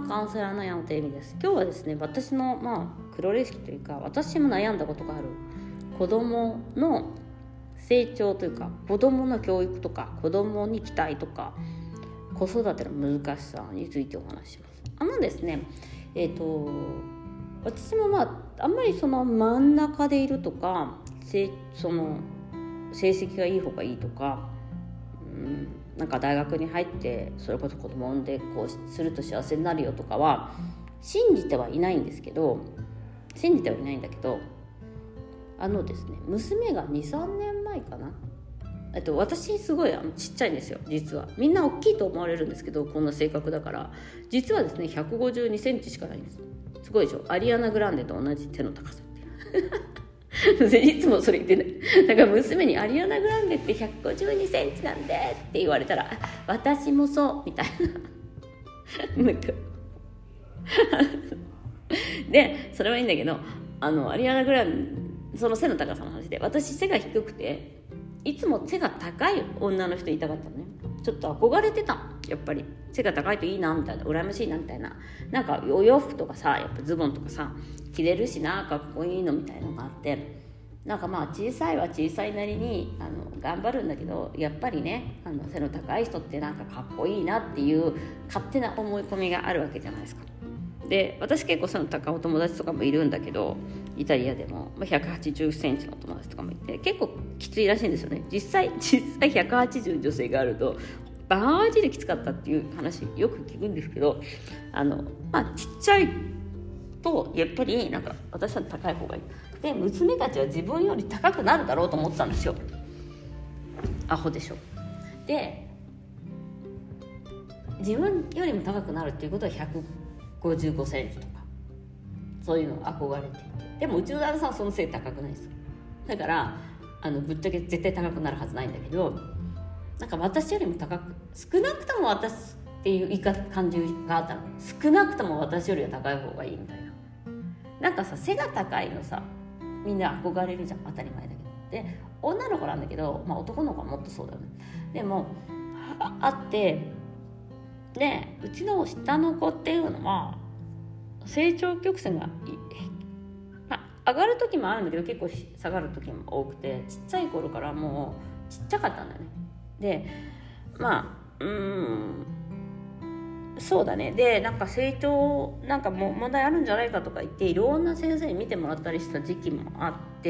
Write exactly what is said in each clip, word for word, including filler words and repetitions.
カウンセラーの矢野ていみです。今日はですね、私のまあ黒歴史というか、私も悩んだことがある子供の成長というか、子供の教育とか、子供に期待とか、子育ての難しさについてお話しします。あのですね、えっと私もまああんまりその真ん中でいるとか、その成績がいい方がいいとか、うん、なんか大学に入ってそれこそ子供を産んでこうすると幸せになるよとかは信じてはいないんですけど信じてはいないんだけどあのですね、娘が にさんねんまえかな、えっと、私すごいあのちっちゃいんですよ。実はみんな大きいと思われるんですけど、こんな性格だから実はですねひゃくごじゅうにセンチしかないんです。すごいでしょ。アリアナ・グランデと同じ手の高さっていつもそれ言ってない。だから娘にアリアナ・グランデってひゃくごじゅうにセンチなんでって言われたら、私もそうみたいななんかでそれはいいんだけど、あのアリアナ・グランデその背の高さの話で、私背が低くていつも背が高い女の人言いたかったのね。ちょっと憧れてた。やっぱり背が高いといいなみたいな、羨ましいなみたいな、なんかお洋服とかさ、やっぱズボンとかさ着れるしな、かっこいいのみたいのがあって、なんかまあ小さいは小さいなりにあの頑張るんだけど、やっぱりね、あの背の高い人ってなんかかっこいいなっていう勝手な思い込みがあるわけじゃないですか。で私結構背の高いお友達とかもいるんだけど、イタリアでもひゃくはちじゅっセンチのお友達とかもいて、結構きついらしいんですよね。実際実際ひゃくはちじゅう女性があるとマジできつかったっていう話よく聞くんですけど、あのまあちっちゃいとやっぱりなんか私は高い方がいいで、娘たちは自分より高くなるだろうと思ってたんですよ。アホでしょ。で自分よりも高くなるっていうことはひゃくごじゅうごセンチとかそういうの憧れていて、でもうちの旦那さんはその背高くないです。だからあのぶっちゃけ絶対高くなるはずないんだけど、なんか私よりも高く、少なくとも私っていう言い方感じがあったの。少なくとも私よりは高い方がいいみたいな。なんかさ、背が高いのさみんな憧れるじゃん、当たり前だけど。で女の子なんだけど、まあ男の子はもっとそうだよね。でもあってで、うちの下の子っていうのは成長曲線が、まあ、上がる時もあるんだけど結構下がる時も多くて、ちっちゃい頃からもうちっちゃかったんだよね。でまあうーんそうだね。でなんか成長なんかもう問題あるんじゃないかとか言っていろんな先生に見てもらったりした時期もあって、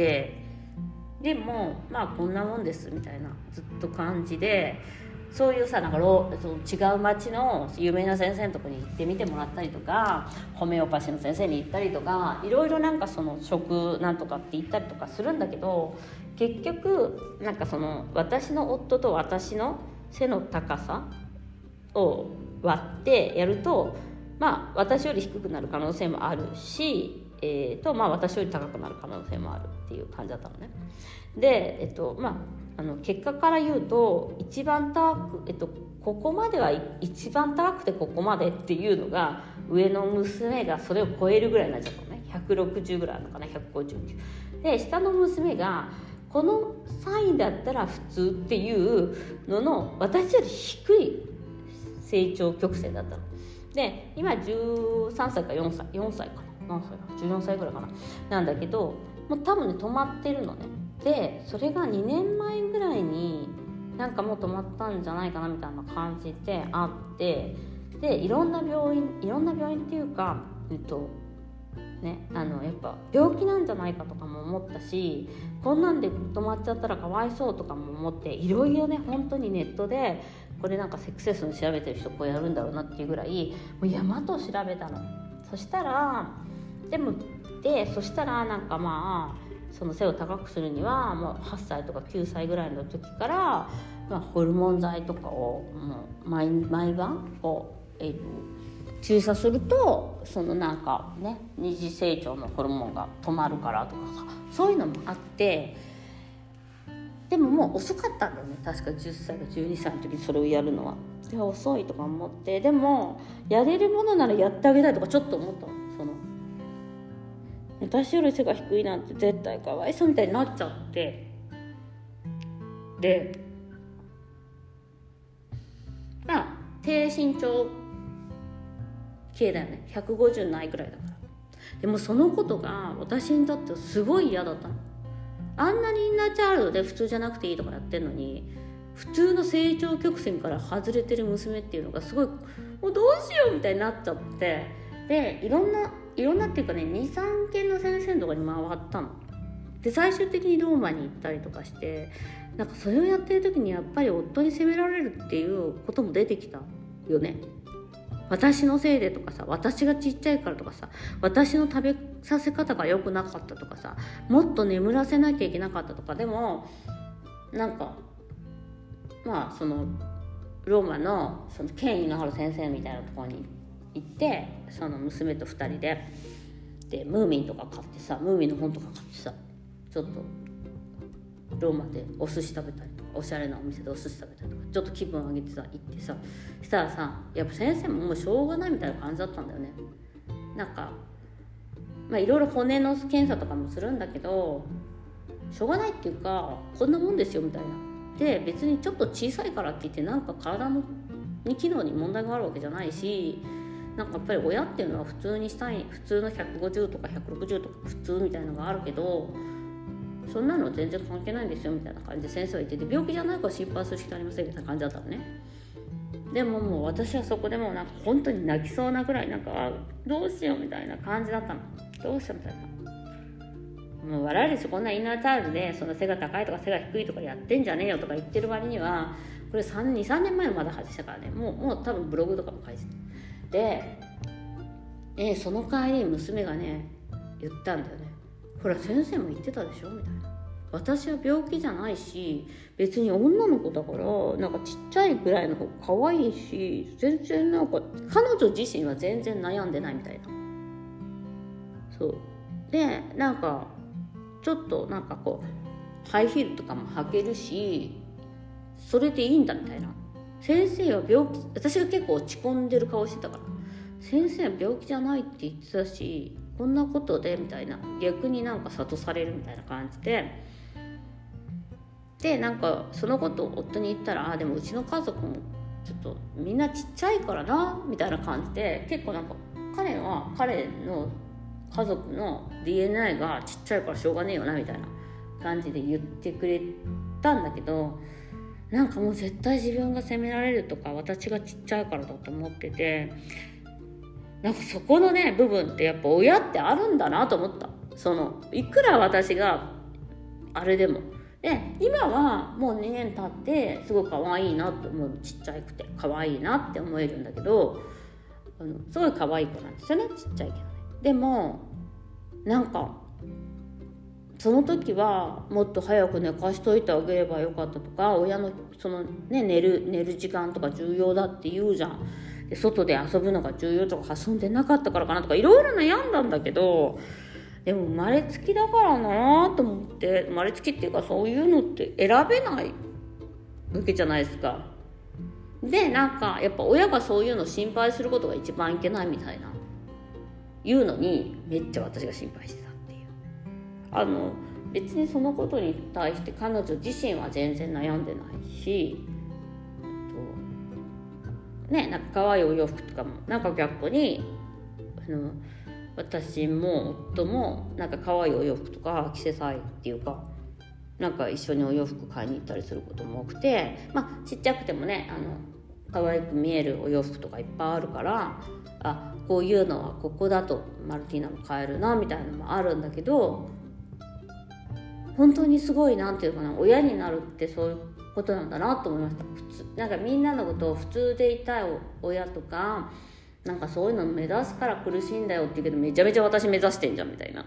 でもまあこんなもんですみたいなずっと感じで、そういうさ、なんかロその違う町の有名な先生のとこに行ってみてもらったりとか、ホメオパシーの先生に行ったりとか、いろいろなんかその食なんとかって言ったりとかするんだけど、結局なんかその私の夫と私の背の高さを割ってやると、まあ私より低くなる可能性もあるし、えーとまあ、私より高くなる可能性もあるっていう感じだったのね。で、えっとまあ、あの結果から言うと一番高く、えっと、ここまでは一番高くてここまでっていうのが上の娘がそれを超えるぐらいになっちゃったのね。ひゃくろくじゅうぐらいあるのかな、ひゃくごじゅうで下の娘がこのサインだったら普通っていうのの私より低い成長曲線だったので、今じゅうさんさいかよんさいよんさいかな、何歳かじゅうよんさいぐらいかななんだけど、もう多分ね止まってるのね。でそれがにねんまえぐらいになんかもう止まったんじゃないかなみたいな感じであって、でいろんな病院いろんな病院っていうか、えっとね、あのやっぱ病気なんじゃないかとかも思ったし、こんなんで止まっちゃったらかわいそうとかも思って、いろいろね本当にネットでこれなんかセクセスに調べてる人こうやるんだろうなっていうぐらいもう山と調べたの。そしたらでもでそしたらなんかまあその背を高くするにはもうはっさいとかきゅうさいぐらいの時から、まあ、ホルモン剤とかをもう 毎, 毎晩こう、えー、注射するとそのなんかね二次成長のホルモンが止まるからとかさ、そういうのもあって、でももう遅かったんだよね。確かじゅっさいかじゅうにさいの時にそれをやるのは。で遅いとか思って、でもやれるものならやってあげたいとかちょっと思ったの。その私より背が低いなんて絶対かわいそうみたいになっちゃって、でまあ低身長系だよね。ひゃくごじゅうないぐらいだから。でもそのことが私にとってはすごい嫌だったの。あんなにインナーチャイルドで普通じゃなくていいとかやってんのに、普通の成長曲線から外れてる娘っていうのがすごい、もうどうしようみたいになっちゃって、でいろんないろんなっていうかね、 にさんけんの先生のとこに回ったので、最終的にローマに行ったりとかして、なんかそれをやってる時にやっぱり夫に責められるっていうことも出てきたよね。私のせいでとかさ、私がちっちゃいからとかさ、私の食べさせ方が良くなかったとかさ、もっと眠らせなきゃいけなかったとか。でもなんかまあそのローマのその権威のある先生みたいなところに行って、その娘とふたりででムーミンとか買ってさ、ムーミンの本とか買ってさ、ちょっとローマでお寿司食べたりとか、おしゃれなお店でお寿司食べたりとか、ちょっと気分上げてさ行ってさ、したらさ、やっぱ先生ももうしょうがないみたいな感じだったんだよね。なんかまあいろいろ骨の検査とかもするんだけど、しょうがないっていうか、こんなもんですよみたいな。で別にちょっと小さいからって言ってなんか体のに機能に問題があるわけじゃないし、なんかやっぱり親っていうのは普通にしたい、普通のひゃくごじゅうとかひゃくろくじゅうとか普通みたいなのがあるけど、そんなの全然関係ないんですよみたいな感じで先生は言ってて、病気じゃないから心配する必要ありませんみたいな感じだったのね。でももう私はそこでもうなんか本当に泣きそうなぐらい、なんかどうしようみたいな感じだったの。どうしようみたいな。もう我々こんなインナーチャイルドでその背が高いとか背が低いとかやってんじゃねえよとか言ってる割には、これにさんねんまえのまだ話したからね、もうもう多分ブログとかも書いてた。で、えその帰り娘がね言ったんだよね。ほら先生も言ってたでしょみたいな。私は病気じゃないし、別に女の子だからなんかちっちゃいぐらいの方が可愛いし、全然なんか彼女自身は全然悩んでないみたいな。そうで、なんかちょっとなんかこうハイヒールとかも履けるし、それでいいんだみたいな。先生は病気、私が結構落ち込んでる顔してたから、先生は病気じゃないって言ってたし、こんなことでみたいな、逆になんか諭されるみたいな感じで、でなんかそのことを夫に言ったら、あでもうちの家族もちょっとみんなちっちゃいからなみたいな感じで、結構なんか彼は彼の家族の ディーエヌエー がちっちゃいからしょうがねえよなみたいな感じで言ってくれたんだけど、なんかもう絶対自分が責められるとか、私がちっちゃいからだと思ってて、なんかそこのね部分ってやっぱ親ってあるんだなと思った。そのいくら私があれでもで、今はもうにねん経ってすごい可愛いなと思う。ちっちゃくて可愛いなって思えるんだけど、あのすごい可愛い子なんですよね、ちっちゃいけどね。でもなんかその時はもっと早く寝かしといてあげればよかったとか、親のその、ね、寝る寝る時間とか重要だって言うじゃん。で外で遊ぶのが重要とか、遊んでなかったからかなとかいろいろ悩んだんだけど、でも生まれつきだからなと思って、生まれつきっていうかそういうのって選べないわけじゃないですか。でなんかやっぱ親がそういうの心配することが一番いけないみたいな言うのに、めっちゃ私が心配してたっていう。あの別にそのことに対して彼女自身は全然悩んでないし、ね、なんか可愛いお洋服とかもなんか逆にあの私も夫もなんか可愛いお洋服とか着せたいっていうか、なんか一緒にお洋服買いに行ったりすることも多くて、まあちっちゃくてもね、あの可愛く見えるお洋服とかいっぱいあるから、あこういうのはここだとマルティーナも買えるなみたいなのもあるんだけど、本当にすごいなんていうかな、親になるってそういうことなんだなと思いました。普通なんかみんなのことを普通でいたい親とか、なんかそういうの目指すから苦しいんだよって言うけど、めちゃめちゃ私目指してんじゃんみたいな、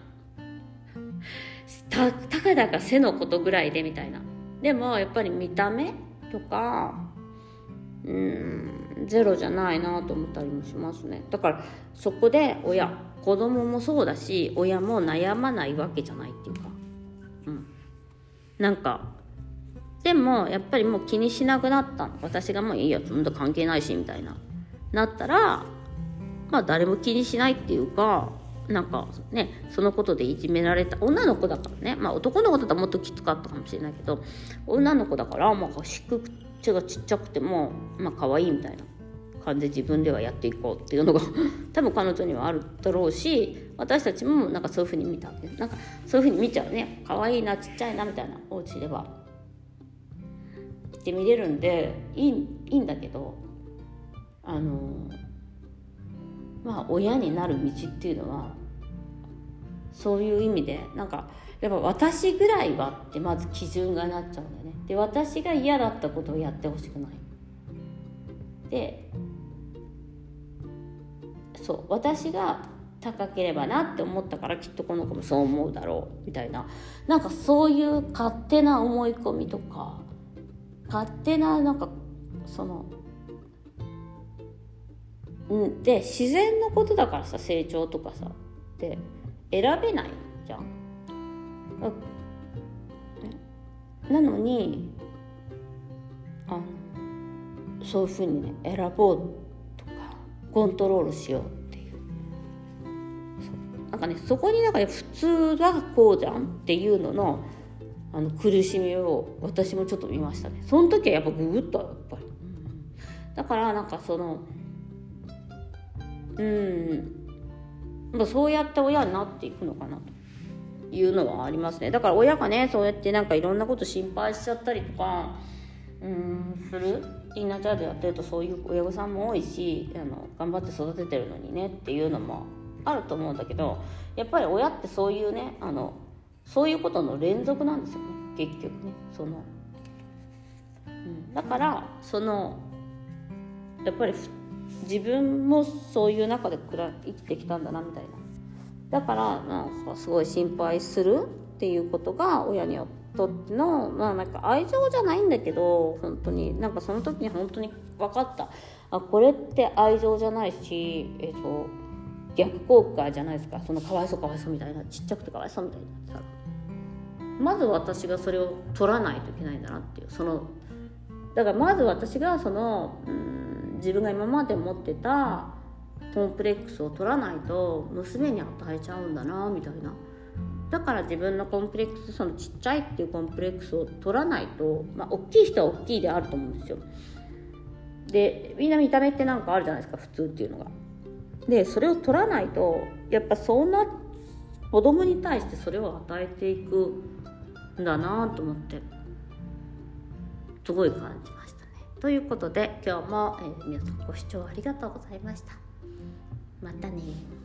たたかだか背のことぐらいでみたいな。でもやっぱり見た目とかうーんゼロじゃないなと思ったりもしますね。だからそこで親子供もそうだし、親も悩まないわけじゃないっていうか、うんなんかでもやっぱりもう気にしなくなったの。私がもういいや、そんな関係ないしみたいななったら、まあ誰も気にしないっていうか、なんかねそのことでいじめられた女の子だからね、まあ男の子だったらもっときつかったかもしれないけど、女の子だからまあしっくちがちっちゃくてもまあ可愛いみたいな感じで自分ではやっていこうっていうのが多分彼女にはあるだろうし、私たちもなんかそういう風に見たわけです。なんかそういう風に見ちゃうね、可愛いな、ちっちゃいなみたいな、お家ではって見れるんでいい、いいんだけど、あのまあ親になる道っていうのはそういう意味でなんかやっぱ私ぐらいはってまず基準がなっちゃうんだよね。で、私が嫌だったことをやってほしくない。で、そう私が高ければなって思ったからきっとこの子もそう思うだろうみたいな、なんかそういう勝手な思い込みとか勝手ななんかそのうんで自然のことだからさ、成長とかさで選べないじゃん。なのにあのそういうふうにね選ぼうとかコントロールしようっていう、そうなんかねそこになんかね普通はこうじゃんっていうののあの苦しみを私もちょっと見ましたね。その時はやっぱググッとやっぱり、うん、だからなんかそのうんまあ、そうやって親になっていくのかなというのはありますね。だから親がねそうやってなんかいろんなこと心配しちゃったりとかうんするインナーチャイルドやってると、そういう親御さんも多いし、あの頑張って育ててるのにねっていうのもあると思うんだけど、やっぱり親ってそういうねあのそういうことの連続なんですよね結局ね。その、うん、だからそのやっぱり自分もそういう中で生きてきたんだなみたいな。だからなんかすごい心配するっていうことが親にとってのまあなんか愛情じゃないんだけど、本当になんかその時に本当に分かった。あ、これって愛情じゃないし、えっと逆効果じゃないですか。そのかわいそうかわいそうみたいな、ちっちゃくてかわいそうみたいなさ、まず私がそれを取らないといけないんだなっていう、そのだからまず私がそのうん自分が今まで持ってたコンプレックスを取らないと娘に与えちゃうんだなみたいな。だから自分のコンプレックス、そのちっちゃいっていうコンプレックスを取らないと、まあ大きい人は大きいであると思うんですよ。でみんな見た目ってなんかあるじゃないですか、普通っていうのが。でそれを取らないとやっぱそんな子供に対してそれを与えていくんだなと思ってすごい感じましたね。ということで今日も、えー、皆さんご視聴ありがとうございました。またね。